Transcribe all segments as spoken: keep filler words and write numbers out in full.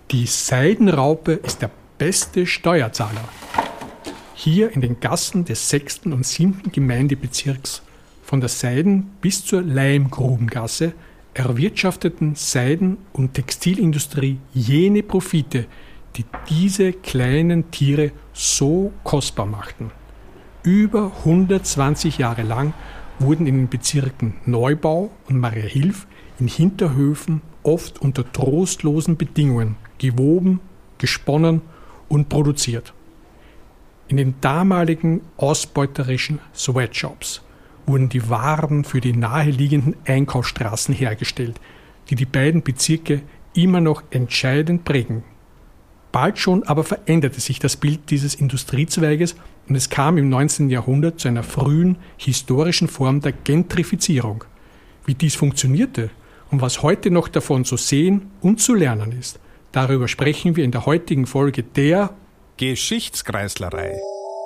Die Seidenraupe ist der beste Steuerzahler. Hier in den Gassen des sechsten und siebten Gemeindebezirks, von der Seiden- bis zur Leimgrubengasse, erwirtschafteten Seiden- und Textilindustrie jene Profite, die diese kleinen Tiere so kostbar machten. Über hundertzwanzig Jahre lang wurden in den Bezirken Neubau und Mariahilf in Hinterhöfen oft unter trostlosen Bedingungen gewoben, gesponnen und produziert. In den damaligen ausbeuterischen Sweatshops wurden die Waren für die naheliegenden Einkaufsstraßen hergestellt, die die beiden Bezirke immer noch entscheidend prägen. Bald schon aber veränderte sich das Bild dieses Industriezweiges und es kam im neunzehnten Jahrhundert zu einer frühen historischen Form der Gentrifizierung. Wie dies funktionierte und was heute noch davon zu sehen und zu lernen ist, darüber sprechen wir in der heutigen Folge der Geschichtskreislerei.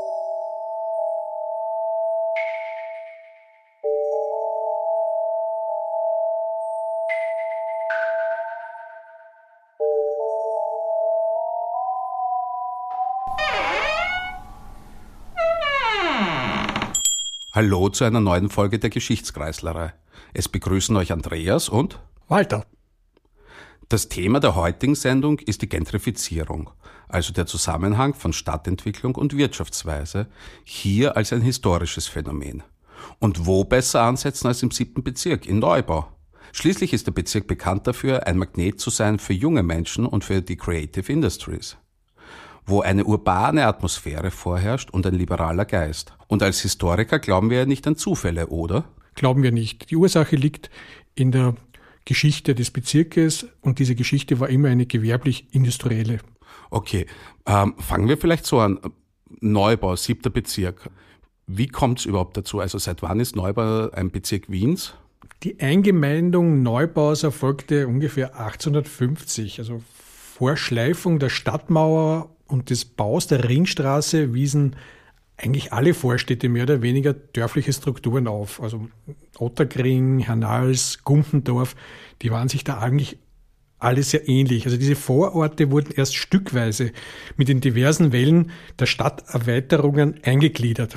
Hallo zu einer neuen Folge der Geschichtskreislerei. Es begrüßen euch Andreas und Walter. Das Thema der heutigen Sendung ist die Gentrifizierung, also der Zusammenhang von Stadtentwicklung und Wirtschaftsweise, hier als ein historisches Phänomen. Und wo besser ansetzen als im siebten Bezirk, in Neubau? Schließlich ist der Bezirk bekannt dafür, ein Magnet zu sein für junge Menschen und für die Creative Industries, wo eine urbane Atmosphäre vorherrscht und ein liberaler Geist. Und als Historiker glauben wir ja nicht an Zufälle, oder? Glauben wir nicht. Die Ursache liegt in der Geschichte des Bezirkes und diese Geschichte war immer eine gewerblich-industrielle. Okay, ähm, fangen wir vielleicht so an. Neubau, siebter Bezirk. Wie kommt es überhaupt dazu? Also seit wann ist Neubau ein Bezirk Wiens? Die Eingemeindung Neubaus erfolgte ungefähr achtzehnhundertfünfzig. Also vor Schleifung der Stadtmauer und des Baus der Ringstraße wiesen eigentlich alle Vorstädte mehr oder weniger dörfliche Strukturen auf. Also Otterkring, Hernals, Gumpendorf, die waren sich da eigentlich alle sehr ähnlich. Also diese Vororte wurden erst stückweise mit den diversen Wellen der Stadterweiterungen eingegliedert.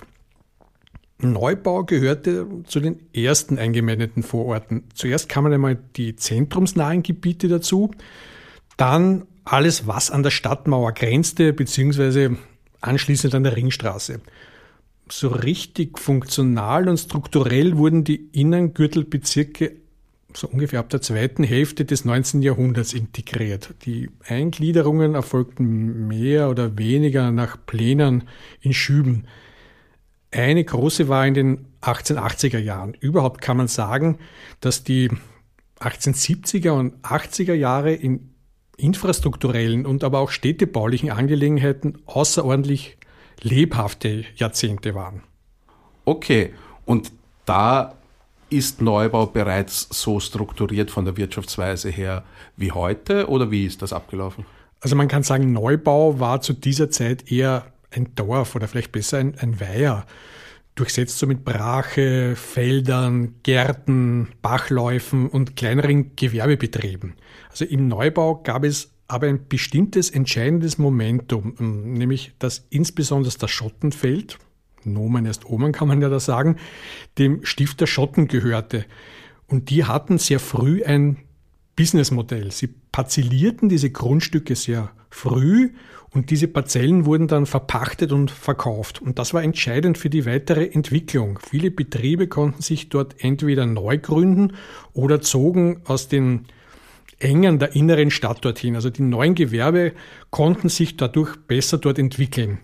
Neubau gehörte zu den ersten eingemeindeten Vororten. Zuerst kamen einmal die zentrumsnahen Gebiete dazu, dann alles, was an der Stadtmauer grenzte, beziehungsweise anschließend an der Ringstraße. So richtig funktional und strukturell wurden die Innengürtelbezirke so ungefähr ab der zweiten Hälfte des neunzehnten Jahrhunderts integriert. Die Eingliederungen erfolgten mehr oder weniger nach Plänen in Schüben. Eine große war in den achtzehnhundertachtziger Jahren. Überhaupt kann man sagen, dass die achtzehnhundertsiebziger und achtziger Jahre in infrastrukturellen und aber auch städtebaulichen Angelegenheiten außerordentlich lebhafte Jahrzehnte waren. Okay, und da ist Neubau bereits so strukturiert von der Wirtschaftsweise her wie heute oder wie ist das abgelaufen? Also man kann sagen, Neubau war zu dieser Zeit eher ein Dorf oder vielleicht besser ein, ein Weiher, durchsetzt so mit Brache, Feldern, Gärten, Bachläufen und kleineren Gewerbebetrieben. Also im Neubau gab es aber ein bestimmtes entscheidendes Momentum, nämlich dass insbesondere das Schottenfeld, Nomen erst Omen kann man ja da sagen, dem Stifter Schotten gehörte. Und die hatten sehr früh ein Businessmodell. Sie parzellierten diese Grundstücke sehr früh und diese Parzellen wurden dann verpachtet und verkauft. Und das war entscheidend für die weitere Entwicklung. Viele Betriebe konnten sich dort entweder neu gründen oder zogen aus den Engen der inneren Stadt dorthin. Also die neuen Gewerbe konnten sich dadurch besser dort entwickeln.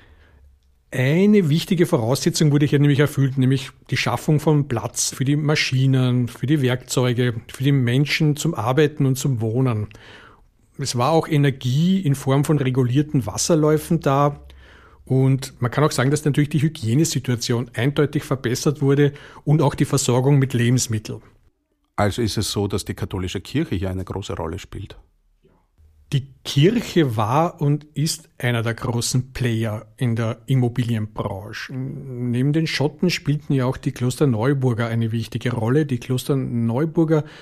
Eine wichtige Voraussetzung wurde hier nämlich erfüllt, nämlich die Schaffung von Platz für die Maschinen, für die Werkzeuge, für die Menschen zum Arbeiten und zum Wohnen. Es war auch Energie in Form von regulierten Wasserläufen da und man kann auch sagen, dass natürlich die Hygienesituation eindeutig verbessert wurde und auch die Versorgung mit Lebensmitteln. Also ist es so, dass die katholische Kirche hier eine große Rolle spielt? Die Kirche war und ist einer der großen Player in der Immobilienbranche. Neben den Schotten spielten ja auch die Klosterneuburger eine wichtige Rolle. Die Klosterneuburger,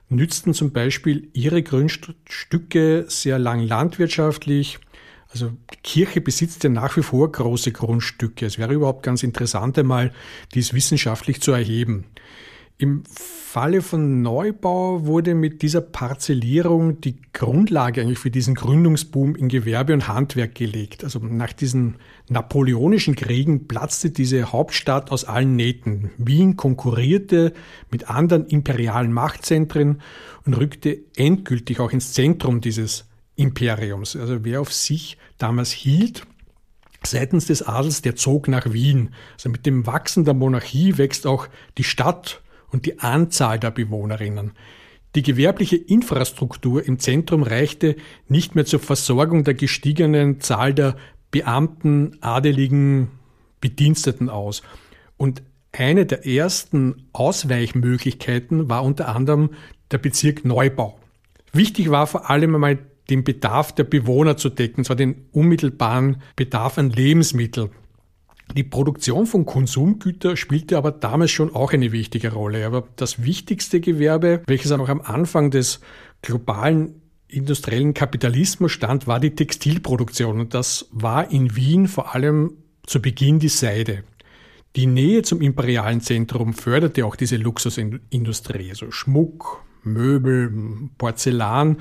nützten zum Beispiel ihre Grundstücke sehr lang landwirtschaftlich. Also die Kirche besitzt ja nach wie vor große Grundstücke. Es wäre überhaupt ganz interessant, einmal dies wissenschaftlich zu erheben. Im Falle von Neubau wurde mit dieser Parzellierung die Grundlage eigentlich für diesen Gründungsboom in Gewerbe und Handwerk gelegt. Also nach diesen napoleonischen Kriegen platzte diese Hauptstadt aus allen Nähten. Wien konkurrierte mit anderen imperialen Machtzentren und rückte endgültig auch ins Zentrum dieses Imperiums. Also wer auf sich damals hielt, seitens des Adels, der zog nach Wien. Also mit dem Wachsen der Monarchie wächst auch die Stadt und die Anzahl der Bewohnerinnen. Die gewerbliche Infrastruktur im Zentrum reichte nicht mehr zur Versorgung der gestiegenen Zahl der Beamten, Adeligen, Bediensteten aus. Und eine der ersten Ausweichmöglichkeiten war unter anderem der Bezirk Neubau. Wichtig war vor allem einmal, den Bedarf der Bewohner zu decken, zwar den unmittelbaren Bedarf an Lebensmitteln. Die Produktion von Konsumgütern spielte aber damals schon auch eine wichtige Rolle. Aber das wichtigste Gewerbe, welches auch am Anfang des globalen industriellen Kapitalismus stand, war die Textilproduktion. Und das war in Wien vor allem zu Beginn die Seide. Die Nähe zum imperialen Zentrum förderte auch diese Luxusindustrie. Also Schmuck, Möbel, Porzellan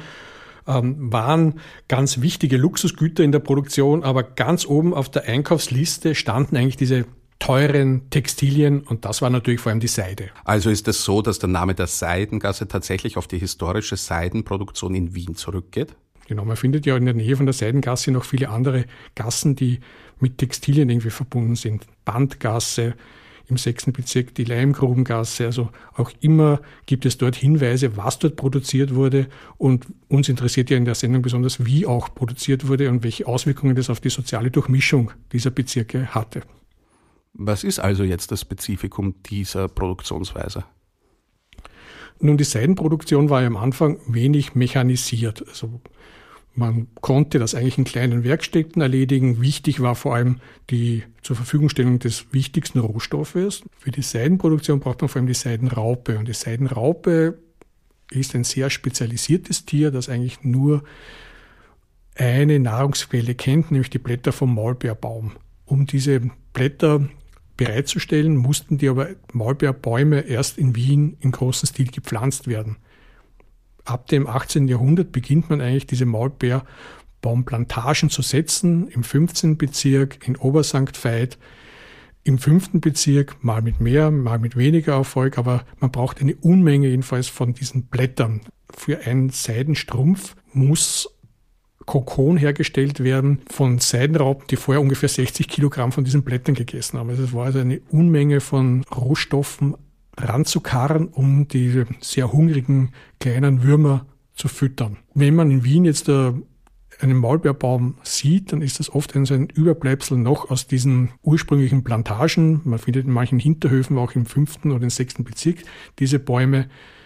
waren ganz wichtige Luxusgüter in der Produktion, aber ganz oben auf der Einkaufsliste standen eigentlich diese teuren Textilien und das war natürlich vor allem die Seide. Also ist es so, dass der Name der Seidengasse tatsächlich auf die historische Seidenproduktion in Wien zurückgeht? Genau, man findet ja in der Nähe von der Seidengasse noch viele andere Gassen, die mit Textilien irgendwie verbunden sind. Bandgasse, im sechsten Bezirk die Leimgrubengasse. Also auch immer gibt es dort Hinweise, was dort produziert wurde. Und uns interessiert ja in der Sendung besonders, wie auch produziert wurde und welche Auswirkungen das auf die soziale Durchmischung dieser Bezirke hatte. Was ist also jetzt das Spezifikum dieser Produktionsweise? Nun, die Seidenproduktion war ja am Anfang wenig mechanisiert. Also man konnte das eigentlich in kleinen Werkstätten erledigen. Wichtig war vor allem die zur Verfügungstellung des wichtigsten Rohstoffes. Für die Seidenproduktion braucht man vor allem die Seidenraupe. Und die Seidenraupe ist ein sehr spezialisiertes Tier, das eigentlich nur eine Nahrungsquelle kennt, nämlich die Blätter vom Maulbeerbaum. Um diese Blätter bereitzustellen, mussten die aber Maulbeerbäume erst in Wien im großen Stil gepflanzt werden. Ab dem achtzehnten Jahrhundert beginnt man eigentlich diese Maulbeerbaumplantagen zu setzen, im fünfzehnten Bezirk, in Obersankt Veit, im fünften Bezirk, mal mit mehr, mal mit weniger Erfolg, aber man braucht eine Unmenge jedenfalls von diesen Blättern. Für einen Seidenstrumpf muss Kokon hergestellt werden von Seidenraupen, die vorher ungefähr sechzig Kilogramm von diesen Blättern gegessen haben. Also es war also eine Unmenge von Rohstoffen ranzukarren, um die sehr hungrigen kleinen Würmer zu füttern. Wenn man in Wien jetzt äh, einen Maulbeerbaum sieht, dann ist das oft ein, so ein Überbleibsel noch aus diesen ursprünglichen Plantagen. Man findet in manchen Hinterhöfen, auch im fünften oder im sechsten Bezirk, diese Bäume.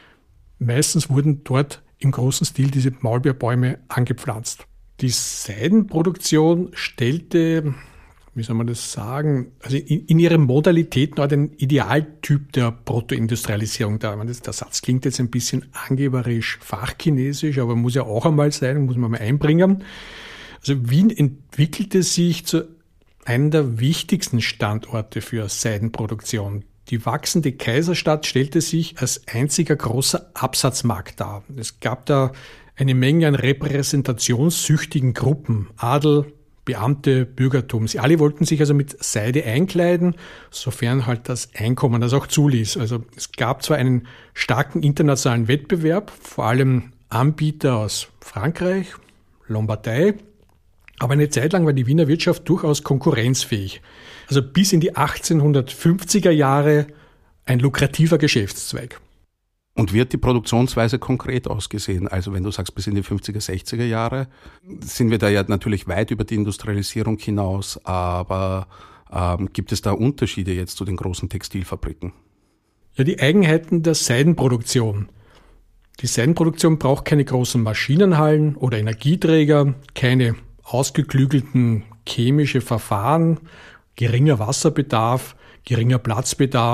Meistens wurden dort im großen Stil diese Maulbeerbäume angepflanzt. Die Seidenproduktion stellte, wie soll man das sagen, also in, in ihren Modalitäten auch den Idealtyp der Protoindustrialisierung dar. Der Satz klingt jetzt ein bisschen angeberisch fachchinesisch, aber muss ja auch einmal sein, muss man mal einbringen. Also Wien entwickelte sich zu einem der wichtigsten Standorte für Seidenproduktion. Die wachsende Kaiserstadt stellte sich als einziger großer Absatzmarkt dar. Es gab da eine Menge an repräsentationssüchtigen Gruppen, Adel, Beamte, Bürgertum. Sie alle wollten sich also mit Seide einkleiden, sofern halt das Einkommen das auch zuließ. Also es gab zwar einen starken internationalen Wettbewerb, vor allem Anbieter aus Frankreich, Lombardei, aber eine Zeit lang war die Wiener Wirtschaft durchaus konkurrenzfähig. Also bis in die achtzehnhundertfünfziger Jahre ein lukrativer Geschäftszweig. Und wird die Produktionsweise konkret ausgesehen? Also wenn du sagst, bis in die fünfziger, sechziger Jahre, sind wir da ja natürlich weit über die Industrialisierung hinaus, aber ähm, gibt es da Unterschiede jetzt zu den großen Textilfabriken? Ja, die Eigenheiten der Seidenproduktion. Die Seidenproduktion braucht keine großen Maschinenhallen oder Energieträger, keine ausgeklügelten chemische Verfahren, geringer Wasserbedarf, geringer Platzbedarf.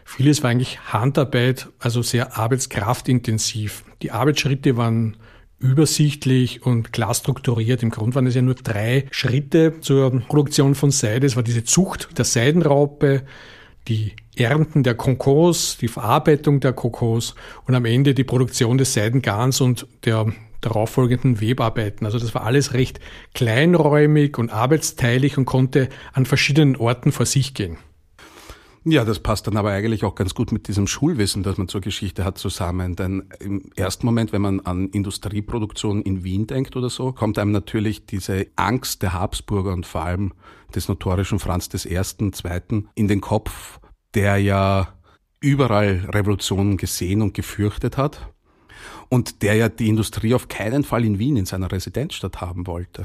Vieles war eigentlich Handarbeit, also sehr arbeitskraftintensiv. Die Arbeitsschritte waren übersichtlich und klar strukturiert. Im Grunde waren es ja nur drei Schritte zur Produktion von Seide. Es war diese Zucht der Seidenraupe, die Ernten der Kokos, die Verarbeitung der Kokos und am Ende die Produktion des Seidengarns und der darauffolgenden Webarbeiten. Also das war alles recht kleinräumig und arbeitsteilig und konnte an verschiedenen Orten vor sich gehen. Ja, das passt dann aber eigentlich auch ganz gut mit diesem Schulwissen, das man zur Geschichte hat, zusammen. Denn im ersten Moment, wenn man an Industrieproduktion in Wien denkt oder so, kommt einem natürlich diese Angst der Habsburger und vor allem des notorischen Franz der Erste, Zweiten in den Kopf, der ja überall Revolutionen gesehen und gefürchtet hat und der ja die Industrie auf keinen Fall in Wien in seiner Residenzstadt haben wollte.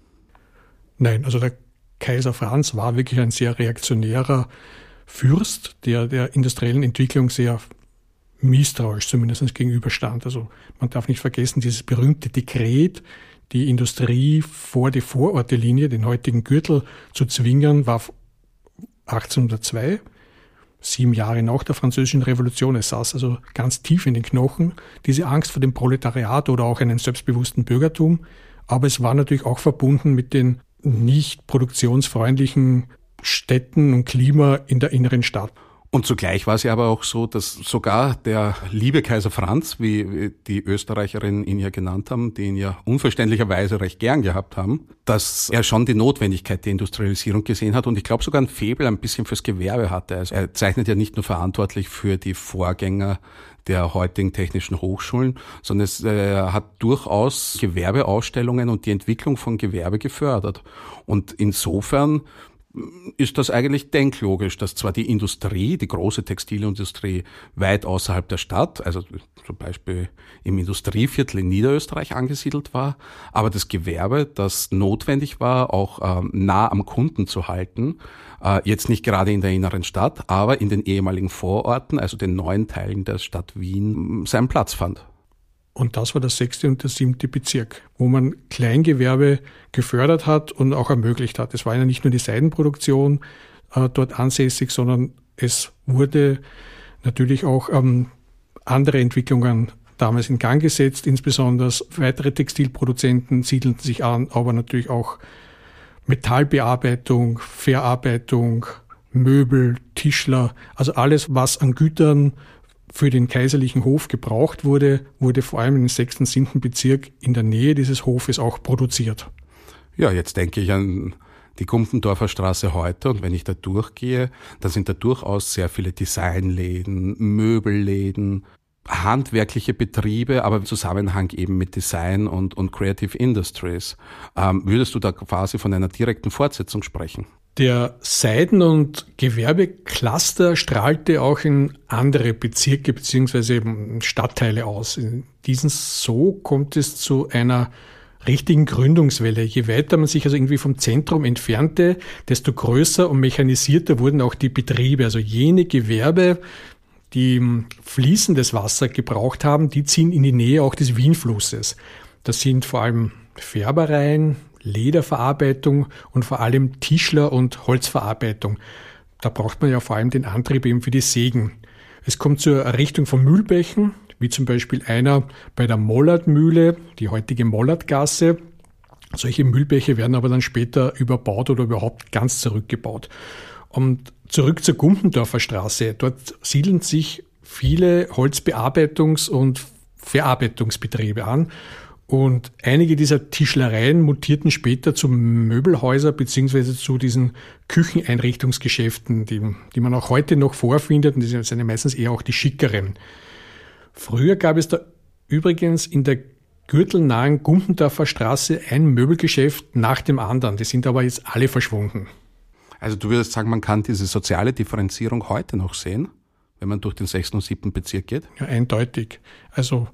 Nein, also der Kaiser Franz war wirklich ein sehr reaktionärer Fürst, der der industriellen Entwicklung sehr misstrauisch zumindest gegenüberstand. Also man darf nicht vergessen, dieses berühmte Dekret, die Industrie vor die Vorortelinie, den heutigen Gürtel, zu zwingen, war achtzehnhundertzwei, sieben Jahre nach der Französischen Revolution. Es saß also ganz tief in den Knochen, diese Angst vor dem Proletariat oder auch einem selbstbewussten Bürgertum. Aber es war natürlich auch verbunden mit den nicht produktionsfreundlichen Städten und Klima in der inneren Stadt. Und zugleich war es ja aber auch so, dass sogar der liebe Kaiser Franz, wie die Österreicherinnen ihn ja genannt haben, die ihn ja unverständlicherweise recht gern gehabt haben, dass er schon die Notwendigkeit der Industrialisierung gesehen hat und ich glaube sogar ein Faible ein bisschen fürs Gewerbe hatte. Also er zeichnet ja nicht nur verantwortlich für die Vorgänger der heutigen technischen Hochschulen, sondern es äh, hat durchaus Gewerbeausstellungen und die Entwicklung von Gewerbe gefördert. Und insofern ist das eigentlich denklogisch, dass zwar die Industrie, die große Textilindustrie weit außerhalb der Stadt, also zum Beispiel im Industrieviertel in Niederösterreich angesiedelt war, aber das Gewerbe, das notwendig war, auch ähm, nah am Kunden zu halten, äh, jetzt nicht gerade in der inneren Stadt, aber in den ehemaligen Vororten, also den neuen Teilen der Stadt Wien, seinen Platz fand. Und das war der sechste und der siebte Bezirk, wo man Kleingewerbe gefördert hat und auch ermöglicht hat. Es war ja nicht nur die Seidenproduktion äh, dort ansässig, sondern es wurde natürlich auch ähm, andere Entwicklungen damals in Gang gesetzt. Insbesondere weitere Textilproduzenten siedelten sich an, aber natürlich auch Metallbearbeitung, Verarbeitung, Möbel, Tischler, also alles, was an Gütern für den kaiserlichen Hof gebraucht wurde, wurde vor allem im sechsten, siebten Bezirk in der Nähe dieses Hofes auch produziert. Ja, jetzt denke ich an die Gumpendorfer Straße heute und wenn ich da durchgehe, dann sind da durchaus sehr viele Designläden, Möbelläden, handwerkliche Betriebe, aber im Zusammenhang eben mit Design und, und Creative Industries. Ähm, würdest du da quasi von einer direkten Fortsetzung sprechen? Der Seiden- und Gewerbecluster strahlte auch in andere Bezirke bzw. Stadtteile aus. In diesen so kommt es zu einer richtigen Gründungswelle. Je weiter man sich also irgendwie vom Zentrum entfernte, desto größer und mechanisierter wurden auch die Betriebe. Also jene Gewerbe, die fließendes Wasser gebraucht haben, die ziehen in die Nähe auch des Wienflusses. Das sind vor allem Färbereien, Lederverarbeitung und vor allem Tischler- und Holzverarbeitung. Da braucht man ja vor allem den Antrieb eben für die Sägen. Es kommt zur Errichtung von Mühlbächen, wie zum Beispiel einer bei der Mollertmühle, die heutige Mollertgasse. Solche Mühlbäche werden aber dann später überbaut oder überhaupt ganz zurückgebaut. Und zurück zur Gumpendorfer Straße. Dort siedeln sich viele Holzbearbeitungs- und Verarbeitungsbetriebe an. Und einige dieser Tischlereien mutierten später zu Möbelhäuser beziehungsweise zu diesen Kücheneinrichtungsgeschäften, die, die man auch heute noch vorfindet. Und das sind ja meistens eher auch die schickeren. Früher gab es da übrigens in der gürtelnahen Gumpendorfer Straße ein Möbelgeschäft nach dem anderen. Die sind aber jetzt alle verschwunden. Also du würdest sagen, man kann diese soziale Differenzierung heute noch sehen, wenn man durch den sechsten und siebten Bezirk geht? Ja, eindeutig. Also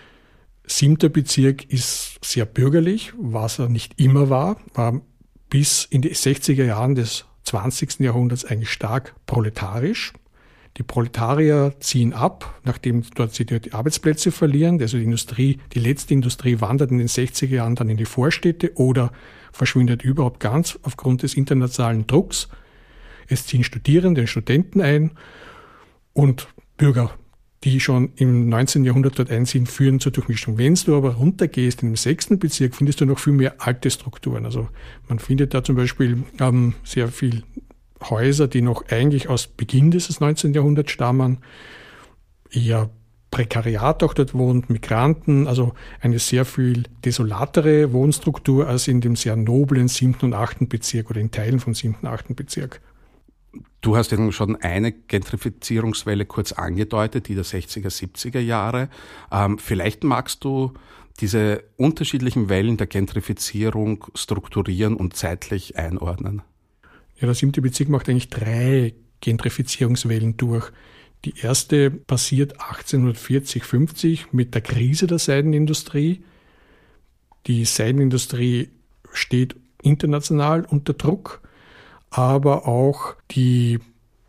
siebter Bezirk ist sehr bürgerlich, was er nicht immer war, war bis in die sechziger Jahren des zwanzigsten Jahrhunderts eigentlich stark proletarisch. Die Proletarier ziehen ab, nachdem dort sie die Arbeitsplätze verlieren. Also die Industrie, die letzte Industrie wandert in den sechziger Jahren dann in die Vorstädte oder verschwindet überhaupt ganz aufgrund des internationalen Drucks. Es ziehen Studierende und Studenten ein und Bürger, die schon im neunzehnten Jahrhundert dort einziehen, führen zur Durchmischung. Wenn du aber runtergehst in den sechsten Bezirk, findest du noch viel mehr alte Strukturen. Also man findet da zum Beispiel ähm, sehr viel Häuser, die noch eigentlich aus Beginn des neunzehnten Jahrhunderts stammen, eher Prekariat auch dort wohnt, Migranten, also eine sehr viel desolatere Wohnstruktur als in dem sehr noblen siebten und achten Bezirk oder in Teilen vom siebten und achten Bezirk. Du hast ja schon eine Gentrifizierungswelle kurz angedeutet, die der sechziger, siebziger Jahre. Ähm, vielleicht magst du diese unterschiedlichen Wellen der Gentrifizierung strukturieren und zeitlich einordnen. Ja, der siebte Bezirk macht eigentlich drei Gentrifizierungswellen durch. Die erste passiert achtzehnhundertvierzig, fünfzig mit der Krise der Seidenindustrie. Die Seidenindustrie steht international unter Druck, aber auch die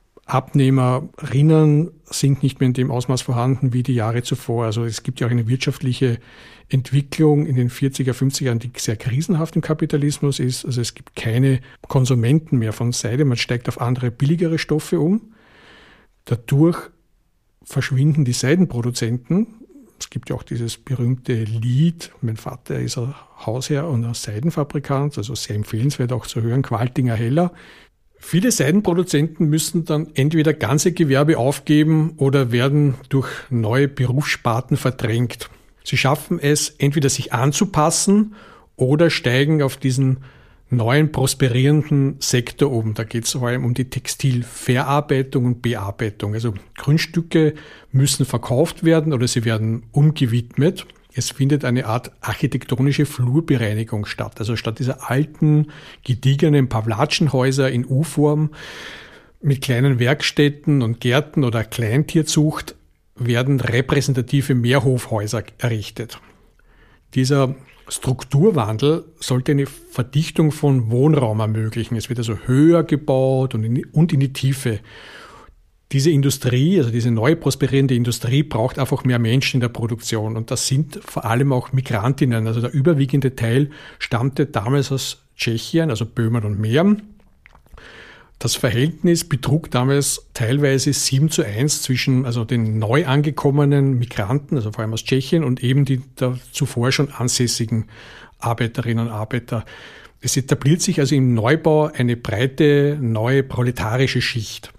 Abnehmerinnen sind nicht mehr in dem Ausmaß vorhanden wie die Jahre zuvor. Also es gibt ja auch eine wirtschaftliche Entwicklung in den vierziger, fünfziger Jahren, die sehr krisenhaft im Kapitalismus ist. Also es gibt keine Konsumenten mehr von Seide, man steigt auf andere, billigere Stoffe um. Dadurch verschwinden die Seidenproduzenten. Es gibt ja auch dieses berühmte Lied, mein Vater ist ein Hausherr und ein Seidenfabrikant, also sehr empfehlenswert auch zu hören, Qualtinger Heller. Viele Seidenproduzenten müssen dann entweder ganze Gewerbe aufgeben oder werden durch neue Berufssparten verdrängt. Sie schaffen es, entweder sich anzupassen oder steigen auf diesen neuen prosperierenden Sektor um. Da geht es vor allem um die Textilverarbeitung und Bearbeitung. Also Grundstücke müssen verkauft werden oder sie werden umgewidmet. Es findet eine Art architektonische Flurbereinigung statt. Also statt dieser alten, gediegenen Pavlatschenhäuser in U-Form mit kleinen Werkstätten und Gärten oder Kleintierzucht werden repräsentative Mehrhofhäuser errichtet. Dieser Strukturwandel sollte eine Verdichtung von Wohnraum ermöglichen. Es wird also höher gebaut und in die, und in die Tiefe. Diese Industrie, also diese neu prosperierende Industrie, braucht einfach mehr Menschen in der Produktion. Und das sind vor allem auch Migrantinnen. Also der überwiegende Teil stammte damals aus Tschechien, also Böhmen und Mähren. Das Verhältnis betrug damals teilweise sieben zu eins zwischen also den neu angekommenen Migranten, also vor allem aus Tschechien, und eben die da zuvor schon ansässigen Arbeiterinnen und Arbeiter. Es etabliert sich also im Neubau eine breite, neue proletarische Schicht.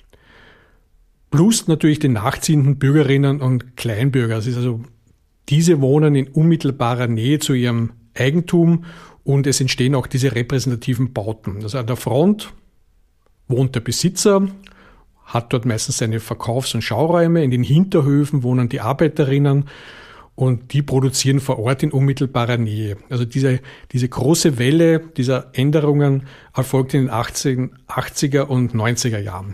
Plus natürlich den nachziehenden Bürgerinnen und Kleinbürger. Es ist also, diese wohnen in unmittelbarer Nähe zu ihrem Eigentum und es entstehen auch diese repräsentativen Bauten. Also an der Front wohnt der Besitzer, hat dort meistens seine Verkaufs- und Schauräume. In den Hinterhöfen wohnen die Arbeiterinnen und die produzieren vor Ort in unmittelbarer Nähe. Also diese, diese große Welle dieser Änderungen erfolgt in den achtzehnhundertachtziger und neunziger Jahren.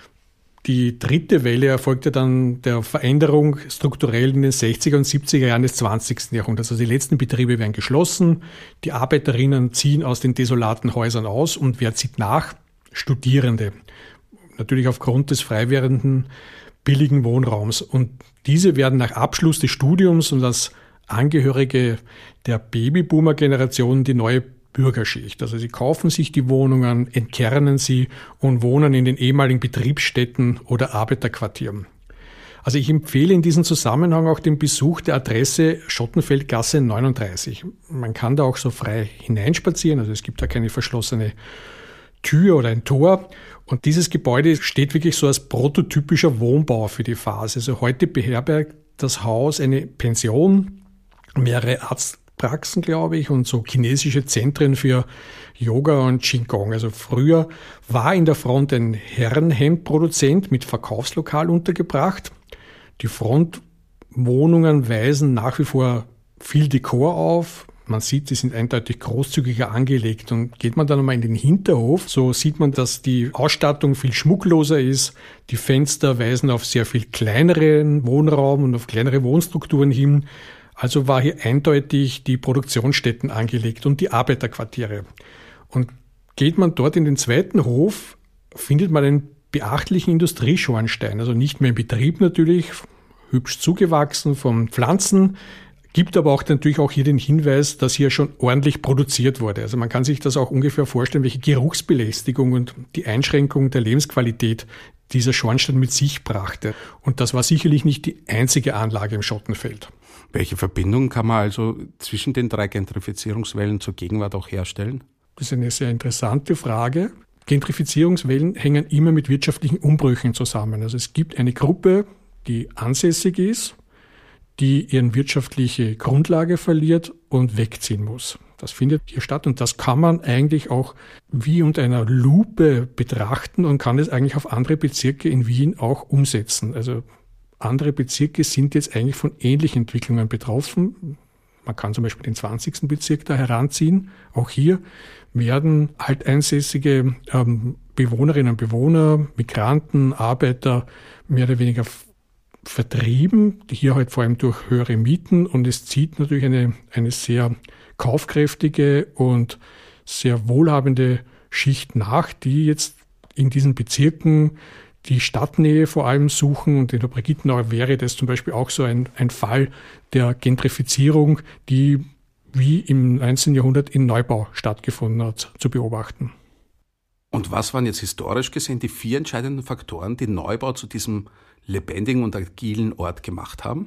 Die dritte Welle erfolgte dann der Veränderung strukturell in den sechziger und siebziger Jahren des zwanzigsten Jahrhunderts. Also die letzten Betriebe werden geschlossen, die Arbeiterinnen ziehen aus den desolaten Häusern aus und wer zieht nach? Studierende. Natürlich aufgrund des frei werdenden billigen Wohnraums. Und diese werden nach Abschluss des Studiums und als Angehörige der Babyboomer-Generation die neue Bürgerschicht. Also sie kaufen sich die Wohnungen, entkernen sie und wohnen in den ehemaligen Betriebsstätten oder Arbeiterquartieren. Also ich empfehle in diesem Zusammenhang auch den Besuch der Adresse Schottenfeldgasse neununddreißig. Man kann da auch so frei hineinspazieren, also es gibt da keine verschlossene Tür oder ein Tor. Und dieses Gebäude steht wirklich so als prototypischer Wohnbau für die Phase. Also heute beherbergt das Haus eine Pension, mehrere Arztpraxen, glaube ich, und so chinesische Zentren für Yoga und Qigong. Also früher war in der Front ein Herrenhemdproduzent mit Verkaufslokal untergebracht. Die Frontwohnungen weisen nach wie vor viel Dekor auf. Man sieht, sie sind eindeutig großzügiger angelegt. Und geht man dann einmal in den Hinterhof, so sieht man, dass die Ausstattung viel schmuckloser ist. Die Fenster weisen auf sehr viel kleineren Wohnraum und auf kleinere Wohnstrukturen hin. Also war hier eindeutig die Produktionsstätten angelegt und die Arbeiterquartiere. Und geht man dort in den zweiten Hof, findet man einen beachtlichen Industrieschornstein. Also nicht mehr in Betrieb natürlich, hübsch zugewachsen von Pflanzen, Gibt aber auch natürlich auch hier den Hinweis, dass hier schon ordentlich produziert wurde. Also man kann sich das auch ungefähr vorstellen, welche Geruchsbelästigung und die Einschränkung der Lebensqualität dieser Schornstein mit sich brachte. Und das war sicherlich nicht die einzige Anlage im Schottenfeld. Welche Verbindung kann man also zwischen den drei Gentrifizierungswellen zur Gegenwart auch herstellen? Das ist eine sehr interessante Frage. Gentrifizierungswellen hängen immer mit wirtschaftlichen Umbrüchen zusammen. Also es gibt eine Gruppe, die ansässig ist, die ihre wirtschaftliche Grundlage verliert und wegziehen muss. Das findet hier statt und das kann man eigentlich auch wie unter einer Lupe betrachten und kann es eigentlich auf andere Bezirke in Wien auch umsetzen. Also andere Bezirke sind jetzt eigentlich von ähnlichen Entwicklungen betroffen. Man kann zum Beispiel den zwanzigsten Bezirk da heranziehen. Auch hier werden alteinsässige ähm, Bewohnerinnen und Bewohner, Migranten, Arbeiter mehr oder weniger vertrieben, hier halt vor allem durch höhere Mieten, und es zieht natürlich eine, eine sehr kaufkräftige und sehr wohlhabende Schicht nach, die jetzt in diesen Bezirken die Stadtnähe vor allem suchen, und in der Brigittenau wäre das zum Beispiel auch so ein, ein Fall der Gentrifizierung, die wie im neunzehnten Jahrhundert in Neubau stattgefunden hat, zu beobachten. Und was waren jetzt historisch gesehen die vier entscheidenden Faktoren, die Neubau zu diesem lebendigen und agilen Ort gemacht haben?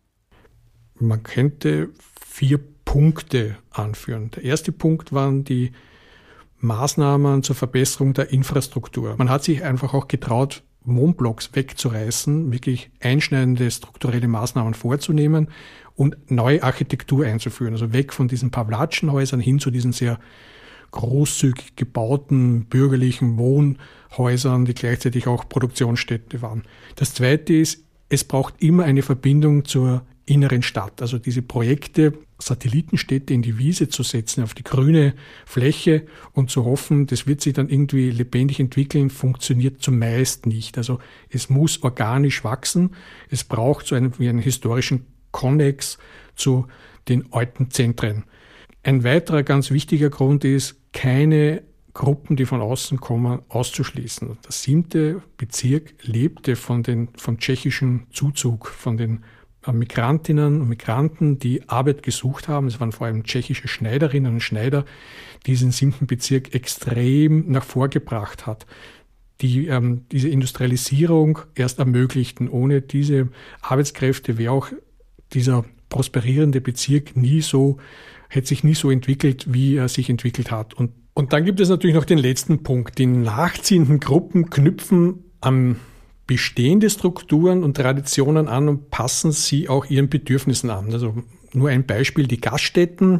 Man könnte vier Punkte anführen. Der erste Punkt waren die Maßnahmen zur Verbesserung der Infrastruktur. Man hat sich einfach auch getraut, Wohnblocks wegzureißen, wirklich einschneidende strukturelle Maßnahmen vorzunehmen und neue Architektur einzuführen. Also weg von diesen Pavlatschenhäusern hin zu diesen sehr großzügig gebauten bürgerlichen Wohnhäusern, die gleichzeitig auch Produktionsstätte waren. Das Zweite ist, es braucht immer eine Verbindung zur inneren Stadt. Also diese Projekte, Satellitenstädte in die Wiese zu setzen, auf die grüne Fläche und zu hoffen, das wird sich dann irgendwie lebendig entwickeln, funktioniert zumeist nicht. Also es muss organisch wachsen. Es braucht so einen, wie einen historischen Konnex zu den alten Zentren. Ein weiterer ganz wichtiger Grund ist, keine Gruppen, die von außen kommen, auszuschließen. Der siebte Bezirk lebte von den, vom tschechischen Zuzug, von den Migrantinnen und Migranten, die Arbeit gesucht haben. Es waren vor allem tschechische Schneiderinnen und Schneider, die diesen siebten Bezirk extrem nach vorgebracht hat, die ähm, diese Industrialisierung erst ermöglichten. Ohne diese Arbeitskräfte wäre auch dieser prosperierende Bezirk nie so, hätte sich nie so entwickelt, wie er sich entwickelt hat. Und, und dann gibt es natürlich noch den letzten Punkt. Die nachziehenden Gruppen knüpfen an bestehende Strukturen und Traditionen an und passen sie auch ihren Bedürfnissen an. Also nur ein Beispiel, die Gaststätten.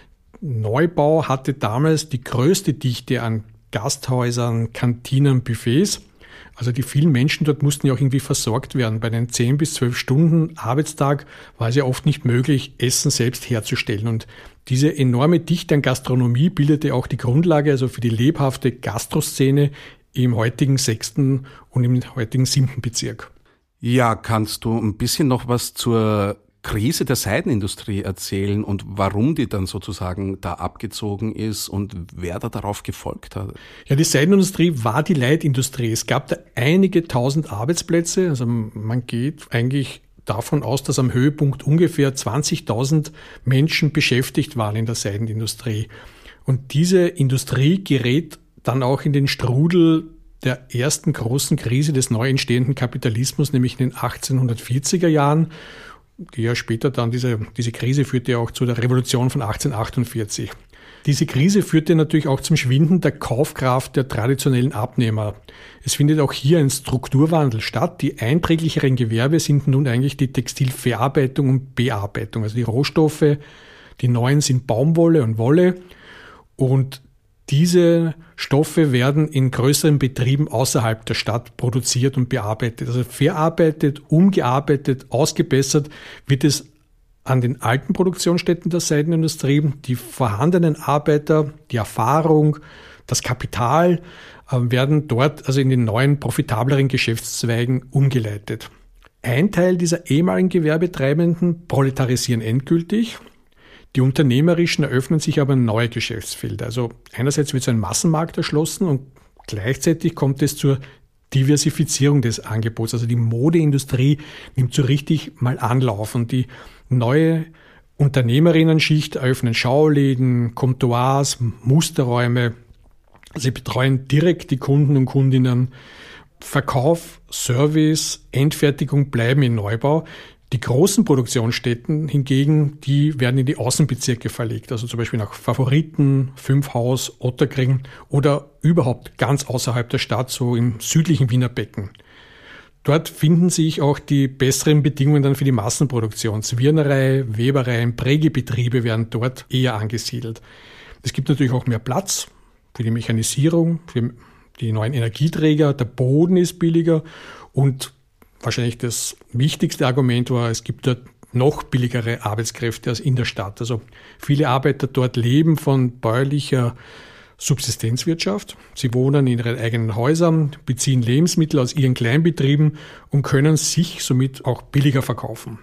Neubau hatte damals die größte Dichte an Gasthäusern, Kantinen, Buffets. Also die vielen Menschen dort mussten ja auch irgendwie versorgt werden. Bei den zehn bis zwölf Stunden Arbeitstag war es ja oft nicht möglich, Essen selbst herzustellen. Und diese enorme Dichte an Gastronomie bildete auch die Grundlage also für die lebhafte Gastroszene im heutigen sechsten und im heutigen siebten Bezirk. Ja, kannst du ein bisschen noch was zur Krise der Seidenindustrie erzählen und warum die dann sozusagen da abgezogen ist und wer da darauf gefolgt hat? Ja, die Seidenindustrie war die Leitindustrie. Es gab da einige tausend Arbeitsplätze. Also man geht eigentlich davon aus, dass am Höhepunkt ungefähr zwanzigtausend Menschen beschäftigt waren in der Seidenindustrie. Und diese Industrie gerät dann auch in den Strudel der ersten großen Krise des neu entstehenden Kapitalismus, nämlich in den achtzehnhundertvierziger Jahren. Die ja später dann, diese, diese Krise führte ja auch zu der Revolution von achtzehnhundertachtundvierzig. Diese Krise führte natürlich auch zum Schwinden der Kaufkraft der traditionellen Abnehmer. Es findet auch hier ein Strukturwandel statt. Die einträglicheren Gewerbe sind nun eigentlich die Textilverarbeitung und Bearbeitung. Also die Rohstoffe, die neuen sind Baumwolle und Wolle, und diese Stoffe werden in größeren Betrieben außerhalb der Stadt produziert und bearbeitet. Also verarbeitet, umgearbeitet, ausgebessert wird es an den alten Produktionsstätten der Seidenindustrie. Die vorhandenen Arbeiter, die Erfahrung, das Kapital äh, werden dort also in den neuen, profitableren Geschäftszweigen umgeleitet. Ein Teil dieser ehemaligen Gewerbetreibenden proletarisieren endgültig. Die Unternehmerischen eröffnen sich aber neue Geschäftsfelder. Also einerseits wird so ein Massenmarkt erschlossen und gleichzeitig kommt es zur Diversifizierung des Angebots. Also die Modeindustrie nimmt so richtig mal Anlauf und die neue Unternehmerinnen-Schicht eröffnen Schauläden, Comptoirs, Musterräume. Sie betreuen direkt die Kunden und Kundinnen. Verkauf, Service, Endfertigung bleiben in Neubau. Die großen Produktionsstätten hingegen, die werden in die Außenbezirke verlegt, also zum Beispiel nach Favoriten, Fünfhaus, Otterkring oder überhaupt ganz außerhalb der Stadt, so im südlichen Wiener Becken. Dort finden sich auch die besseren Bedingungen dann für die Massenproduktion. Zwirnerei, Webereien, Prägebetriebe werden dort eher angesiedelt. Es gibt natürlich auch mehr Platz für die Mechanisierung, für die neuen Energieträger. Der Boden ist billiger und wahrscheinlich das wichtigste Argument war, es gibt dort noch billigere Arbeitskräfte als in der Stadt. Also viele Arbeiter dort leben von bäuerlicher Subsistenzwirtschaft. Sie wohnen in ihren eigenen Häusern, beziehen Lebensmittel aus ihren Kleinbetrieben und können sich somit auch billiger verkaufen.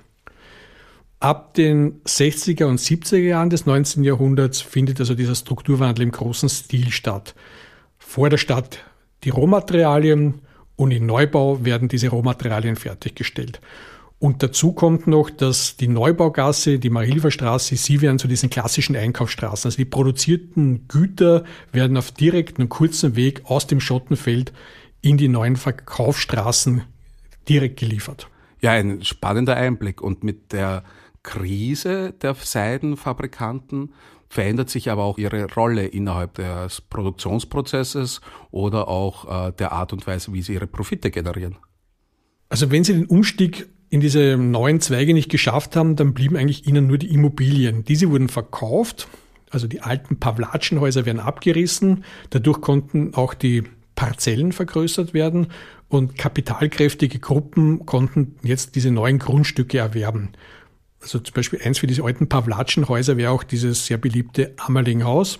Ab den sechziger und siebziger Jahren des neunzehnten Jahrhunderts findet also dieser Strukturwandel im großen Stil statt. Vor der Stadt die Rohmaterialien und in Neubau werden diese Rohmaterialien fertiggestellt. Und dazu kommt noch, dass die Neubaugasse, die Marie-Hilfer-Straße, sie werden zu diesen klassischen Einkaufsstraßen. Also die produzierten Güter werden auf direkten und kurzen Weg aus dem Schottenfeld in die neuen Verkaufsstraßen direkt geliefert. Ja, ein spannender Einblick. Und mit der Krise der Seidenfabrikanten verändert sich aber auch ihre Rolle innerhalb des Produktionsprozesses oder auch äh, der Art und Weise, wie sie ihre Profite generieren. Also wenn sie den Umstieg in diese neuen Zweige nicht geschafft haben, dann blieben eigentlich ihnen nur die Immobilien. Diese wurden verkauft, also die alten Pawlatschenhäuser werden abgerissen. Dadurch konnten auch die Parzellen vergrößert werden und kapitalkräftige Gruppen konnten jetzt diese neuen Grundstücke erwerben. Also zum Beispiel eins für diese alten Pawlatschenhäuser wäre auch dieses sehr beliebte Ammerlinghaus.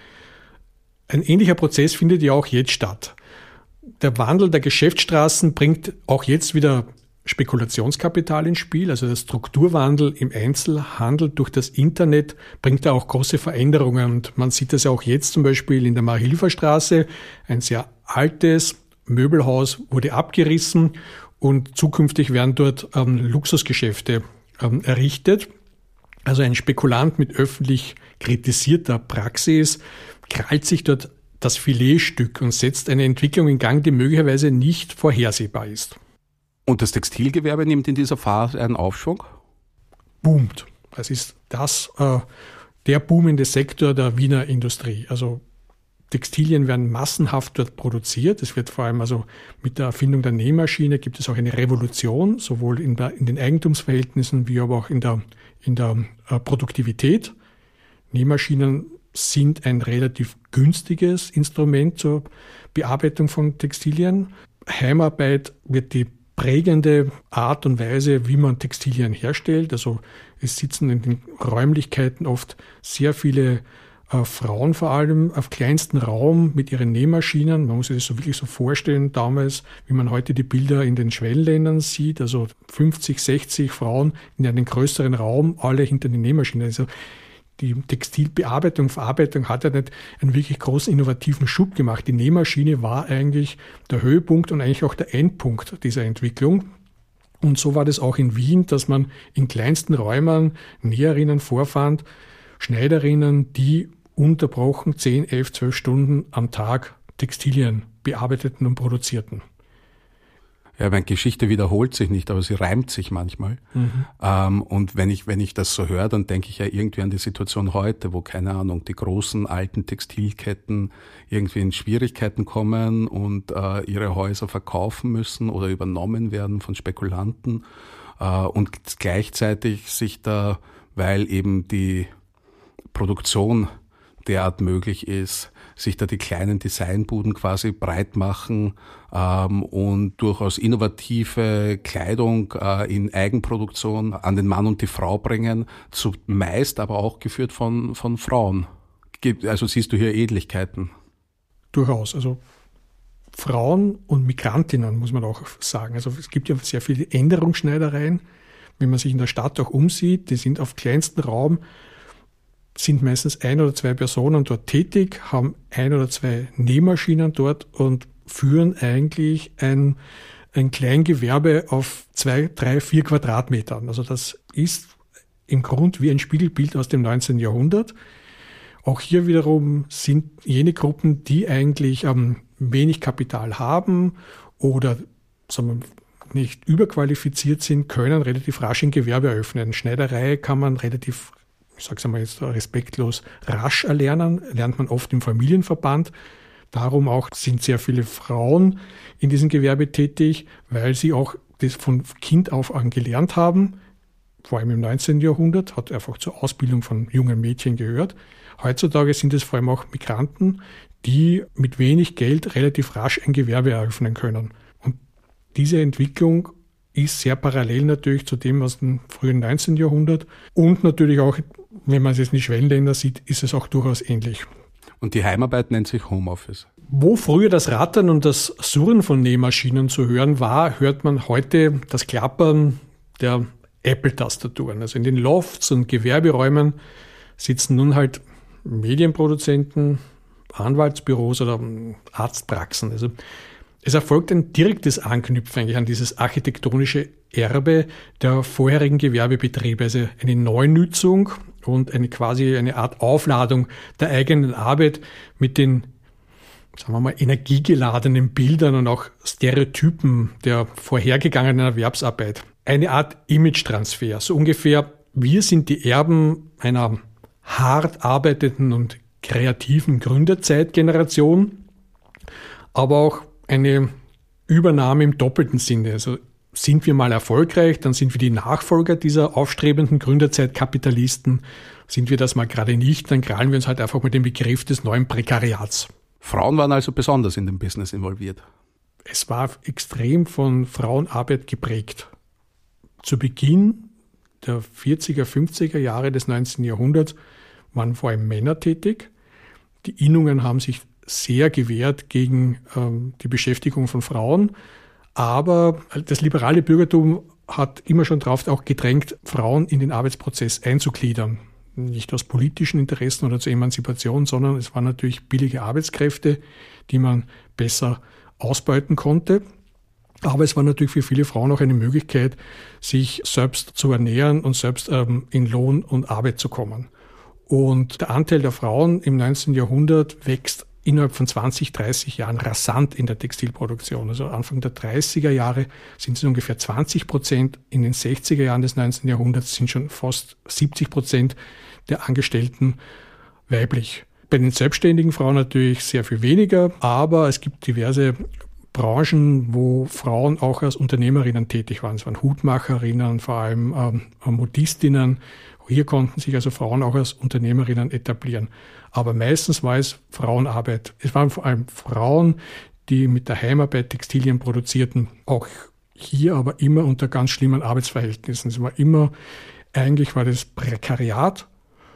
Ein ähnlicher Prozess findet ja auch jetzt statt. Der Wandel der Geschäftsstraßen bringt auch jetzt wieder Spekulationskapital ins Spiel. Also der Strukturwandel im Einzelhandel durch das Internet bringt da auch große Veränderungen. Und man sieht das ja auch jetzt zum Beispiel in der Marie-Hilfer-Straße. Ein sehr altes Möbelhaus wurde abgerissen und zukünftig werden dort ähm, Luxusgeschäfte errichtet. Also ein Spekulant mit öffentlich kritisierter Praxis krallt sich dort das Filetstück und setzt eine Entwicklung in Gang, die möglicherweise nicht vorhersehbar ist. Und das Textilgewerbe nimmt in dieser Phase einen Aufschwung? Boomt. Es ist das, äh, der boomende Sektor der Wiener Industrie. Also Textilien werden massenhaft dort produziert. Es wird vor allem also mit der Erfindung der Nähmaschine gibt es auch eine Revolution, sowohl in, der, in den Eigentumsverhältnissen wie aber auch in der, in der äh, Produktivität. Nähmaschinen sind ein relativ günstiges Instrument zur Bearbeitung von Textilien. Heimarbeit wird die prägende Art und Weise, wie man Textilien herstellt. Also es sitzen in den Räumlichkeiten oft sehr viele äh, Frauen vor allem auf kleinstem Raum mit ihren Nähmaschinen. Man muss sich das so wirklich so vorstellen damals, wie man heute die Bilder in den Schwellenländern sieht. Also fünfzig, sechzig Frauen in einem größeren Raum, alle hinter den Nähmaschinen. Also die Textilbearbeitung, Verarbeitung hat ja nicht einen wirklich großen innovativen Schub gemacht. Die Nähmaschine war eigentlich der Höhepunkt und eigentlich auch der Endpunkt dieser Entwicklung. Und so war das auch in Wien, dass man in kleinsten Räumen Näherinnen vorfand, Schneiderinnen, die unterbrochen zehn, elf, zwölf Stunden am Tag Textilien bearbeiteten und produzierten. Ja, meine Geschichte wiederholt sich nicht, aber sie reimt sich manchmal. Mhm. Ähm, und wenn ich, wenn ich das so höre, dann denke ich ja irgendwie an die Situation heute, wo, keine Ahnung, die großen alten Textilketten irgendwie in Schwierigkeiten kommen und äh, ihre Häuser verkaufen müssen oder übernommen werden von Spekulanten äh, und gleichzeitig sich da, weil eben die Produktion derart möglich ist, sich da die kleinen Designbuden quasi breit machen ähm, und durchaus innovative Kleidung äh, in Eigenproduktion an den Mann und die Frau bringen, zumeist aber auch geführt von, von Frauen. Also siehst du hier Ähnlichkeiten? Durchaus. Also Frauen und Migrantinnen, muss man auch sagen. Also es gibt ja sehr viele Änderungsschneidereien. Wenn man sich in der Stadt auch umsieht, die sind auf kleinstem Raum, sind meistens ein oder zwei Personen dort tätig, haben ein oder zwei Nähmaschinen dort und führen eigentlich ein, ein Kleingewerbe auf zwei, drei, vier Quadratmetern. Also das ist im Grund wie ein Spiegelbild aus dem neunzehnten Jahrhundert. Auch hier wiederum sind jene Gruppen, die eigentlich ähm, wenig Kapital haben oder sagen wir, nicht überqualifiziert sind, können relativ rasch ein Gewerbe eröffnen. Schneiderei kann man relativ, ich sage es einmal jetzt respektlos, rasch erlernen, lernt man oft im Familienverband. Darum auch sind sehr viele Frauen in diesem Gewerbe tätig, weil sie auch das von Kind auf an gelernt haben. Vor allem im neunzehnten Jahrhundert hat einfach zur Ausbildung von jungen Mädchen gehört. Heutzutage sind es vor allem auch Migranten, die mit wenig Geld relativ rasch ein Gewerbe eröffnen können. Und diese Entwicklung ist sehr parallel natürlich zu dem aus dem frühen neunzehnten Jahrhundert. Und natürlich auch, wenn man es jetzt in die Schwellenländer sieht, ist es auch durchaus ähnlich. Und die Heimarbeit nennt sich Homeoffice. Wo früher das Rattern und das Surren von Nähmaschinen zu hören war, hört man heute das Klappern der Apple-Tastaturen. Also in den Lofts und Gewerberäumen sitzen nun halt Medienproduzenten, Anwaltsbüros oder Arztpraxen. Also es erfolgt ein direktes Anknüpfen eigentlich an dieses architektonische Erbe der vorherigen Gewerbebetriebe, also eine Neunützung und eine quasi eine Art Aufladung der eigenen Arbeit mit den, sagen wir mal, energiegeladenen Bildern und auch Stereotypen der vorhergegangenen Erwerbsarbeit. Eine Art Image-Transfer, so ungefähr, wir sind die Erben einer hart arbeitenden und kreativen Gründerzeitgeneration, aber auch eine Übernahme im doppelten Sinne. Also sind wir mal erfolgreich, dann sind wir die Nachfolger dieser aufstrebenden Gründerzeitkapitalisten. Sind wir das mal gerade nicht, dann krallen wir uns halt einfach mit dem Begriff des neuen Prekariats. Frauen waren also besonders in dem Business involviert. Es war extrem von Frauenarbeit geprägt. Zu Beginn der vierziger, fünfziger Jahre des neunzehnten Jahrhunderts waren vor allem Männer tätig. Die Innungen haben sich sehr gewehrt gegen ähm, die Beschäftigung von Frauen. Aber das liberale Bürgertum hat immer schon darauf auch gedrängt, Frauen in den Arbeitsprozess einzugliedern. Nicht aus politischen Interessen oder zur Emanzipation, sondern es waren natürlich billige Arbeitskräfte, die man besser ausbeuten konnte. Aber es war natürlich für viele Frauen auch eine Möglichkeit, sich selbst zu ernähren und selbst ähm, in Lohn und Arbeit zu kommen. Und der Anteil der Frauen im neunzehnten Jahrhundert wächst innerhalb von zwanzig, dreißig Jahren rasant in der Textilproduktion. Also Anfang der dreißiger Jahre sind es ungefähr zwanzig Prozent. In den sechziger Jahren des neunzehnten Jahrhunderts sind schon fast siebzig Prozent der Angestellten weiblich. Bei den selbstständigen Frauen natürlich sehr viel weniger, aber es gibt diverse Branchen, wo Frauen auch als Unternehmerinnen tätig waren. Es waren Hutmacherinnen, vor allem ähm, Modistinnen. Hier konnten sich also Frauen auch als Unternehmerinnen etablieren. Aber meistens war es Frauenarbeit. Es waren vor allem Frauen, die mit der Heimarbeit Textilien produzierten. Auch hier aber immer unter ganz schlimmen Arbeitsverhältnissen. Es war immer, eigentlich war das Prekariat.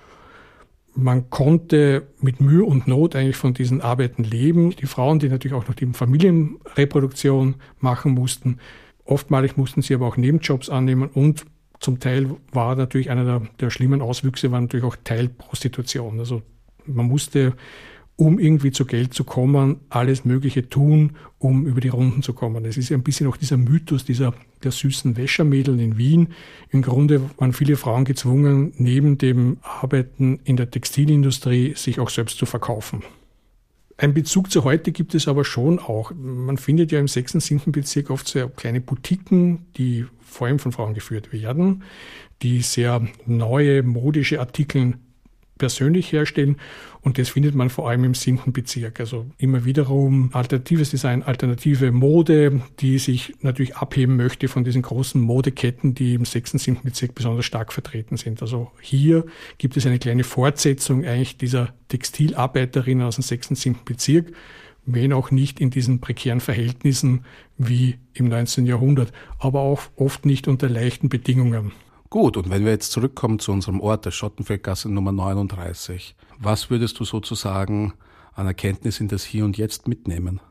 Man konnte mit Mühe und Not eigentlich von diesen Arbeiten leben. Die Frauen, die natürlich auch noch die Familienreproduktion machen mussten. Oftmalig mussten sie aber auch Nebenjobs annehmen und zum Teil war natürlich einer der, der schlimmen Auswüchse war natürlich auch Teilprostitution. Also man musste, um irgendwie zu Geld zu kommen, alles Mögliche tun, um über die Runden zu kommen. Es ist ja ein bisschen auch dieser Mythos dieser der süßen Wäschermädel in Wien. Im Grunde waren viele Frauen gezwungen, neben dem Arbeiten in der Textilindustrie sich auch selbst zu verkaufen. Ein Bezug zu heute gibt es aber schon auch. Man findet ja im sechsten, siebten Bezirk oft so kleine Boutiquen, die vor allem von Frauen geführt werden, die sehr neue modische Artikel persönlich herstellen. Und das findet man vor allem im siebten Bezirk. Also immer wiederum alternatives Design, alternative Mode, die sich natürlich abheben möchte von diesen großen Modeketten, die im sechsten, siebten Bezirk besonders stark vertreten sind. Also hier gibt es eine kleine Fortsetzung eigentlich dieser Textilarbeiterinnen aus dem sechsten, siebten Bezirk, wenn auch nicht in diesen prekären Verhältnissen wie im neunzehnten Jahrhundert, aber auch oft nicht unter leichten Bedingungen. Gut, und wenn wir jetzt zurückkommen zu unserem Ort, der Schottenfeldgasse Nummer neununddreißig, was würdest du sozusagen an Erkenntnis in das Hier und Jetzt mitnehmen?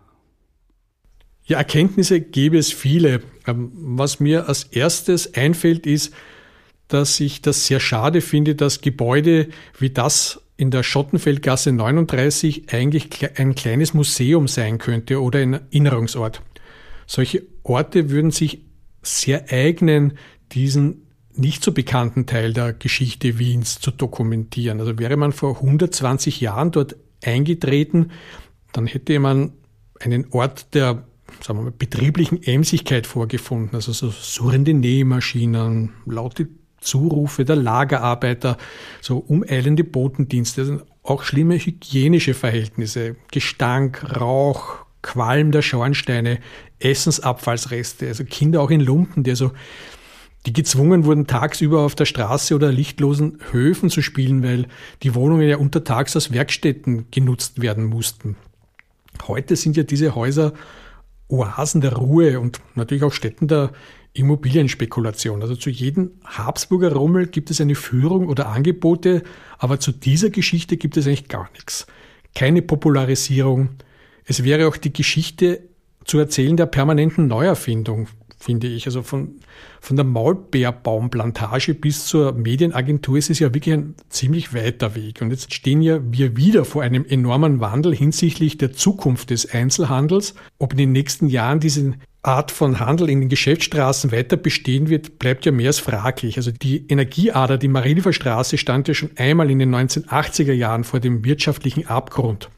Ja, Erkenntnisse gäbe es viele. Was mir als erstes einfällt, ist, dass ich das sehr schade finde, dass Gebäude wie das in der Schottenfeldgasse neununddreißig eigentlich ein kleines Museum sein könnte oder ein Erinnerungsort. Solche Orte würden sich sehr eignen, diesen nicht so bekannten Teil der Geschichte Wiens zu dokumentieren. Also wäre man vor hundertzwanzig Jahren dort eingetreten, dann hätte man einen Ort der, sagen wir mal, betrieblichen Emsigkeit vorgefunden. Also so surrende Nähmaschinen, laute Zurufe der Lagerarbeiter, so umeilende Botendienste, also auch schlimme hygienische Verhältnisse, Gestank, Rauch, Qualm der Schornsteine, Essensabfallsreste, also Kinder auch in Lumpen, die also die gezwungen wurden, tagsüber auf der Straße oder lichtlosen Höfen zu spielen, weil die Wohnungen ja untertags als Werkstätten genutzt werden mussten. Heute sind ja diese Häuser Oasen der Ruhe und natürlich auch Stätten der Immobilienspekulation. Also zu jedem Habsburger Rummel gibt es eine Führung oder Angebote, aber zu dieser Geschichte gibt es eigentlich gar nichts. Keine Popularisierung. Es wäre auch die Geschichte zu erzählen der permanenten Neuerfindung, finde ich. Also von, von der Maulbeerbaumplantage bis zur Medienagentur ist es ja wirklich ein ziemlich weiter Weg. Und jetzt stehen ja wir wieder vor einem enormen Wandel hinsichtlich der Zukunft des Einzelhandels. Ob in den nächsten Jahren diese Art von Handel in den Geschäftsstraßen weiter bestehen wird, bleibt ja mehr als fraglich. Also die Energieader, die Marilfer Straße, stand ja schon einmal in den neunzehnhundertachtziger Jahren vor dem wirtschaftlichen Abgrund.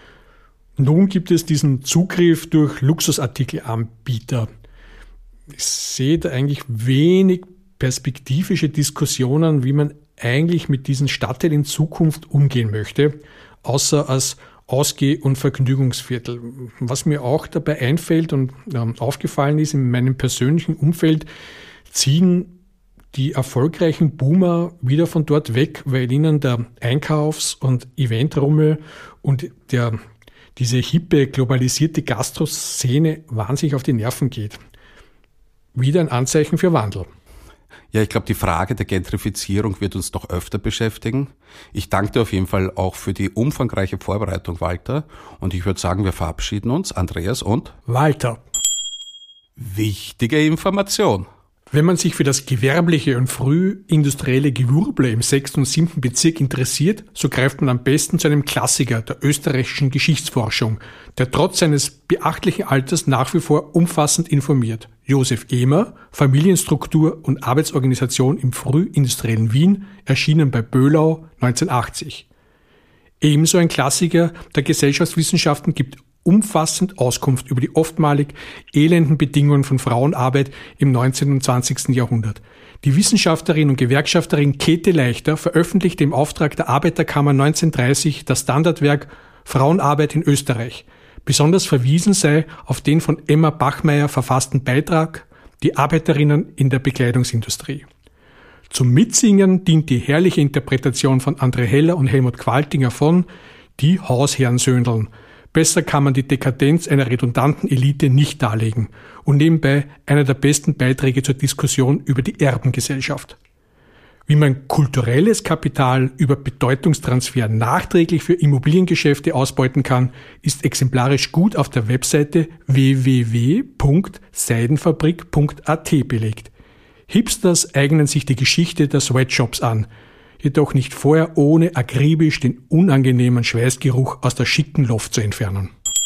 Nun gibt es diesen Zugriff durch Luxusartikelanbieter. Ich sehe da eigentlich wenig perspektivische Diskussionen, wie man eigentlich mit diesem Stadtteil in Zukunft umgehen möchte, außer als Ausgeh- und Vergnügungsviertel. Was mir auch dabei einfällt und äh, aufgefallen ist, in meinem persönlichen Umfeld ziehen die erfolgreichen Boomer wieder von dort weg, weil ihnen der Einkaufs- und Eventrummel und der, diese hippe, globalisierte Gastroszene wahnsinnig auf die Nerven geht. Wieder ein Anzeichen für Wandel. Ja, ich glaube, die Frage der Gentrifizierung wird uns noch öfter beschäftigen. Ich danke dir auf jeden Fall auch für die umfangreiche Vorbereitung, Walter. Und ich würde sagen, wir verabschieden uns, Andreas und Walter. Wichtige Information. Wenn man sich für das gewerbliche und frühindustrielle Gewurble im sechsten und siebten Bezirk interessiert, so greift man am besten zu einem Klassiker der österreichischen Geschichtsforschung, der trotz seines beachtlichen Alters nach wie vor umfassend informiert. Josef Ehmer, Familienstruktur und Arbeitsorganisation im frühindustriellen Wien, erschienen bei Böhlau neunzehnhundertachtzig. Ebenso ein Klassiker der Gesellschaftswissenschaften gibt umfassend Auskunft über die oftmalig elenden Bedingungen von Frauenarbeit im neunzehnten und zwanzigsten Jahrhundert. Die Wissenschaftlerin und Gewerkschafterin Käthe Leichter veröffentlichte im Auftrag der Arbeiterkammer neunzehnhundertdreißig das Standardwerk Frauenarbeit in Österreich. Besonders verwiesen sei auf den von Emma Bachmeier verfassten Beitrag Die Arbeiterinnen in der Bekleidungsindustrie. Zum Mitsingen dient die herrliche Interpretation von André Heller und Helmut Qualtinger von Die Hausherrensöhndeln. Besser kann man die Dekadenz einer redundanten Elite nicht darlegen und nebenbei einer der besten Beiträge zur Diskussion über die Erbengesellschaft. Wie man kulturelles Kapital über Bedeutungstransfer nachträglich für Immobiliengeschäfte ausbeuten kann, ist exemplarisch gut auf der Webseite w w w punkt seidenfabrik punkt a t belegt. Hipsters eignen sich die Geschichte der Sweatshops an, jedoch nicht vorher ohne akribisch den unangenehmen Schweißgeruch aus der schicken Loft zu entfernen.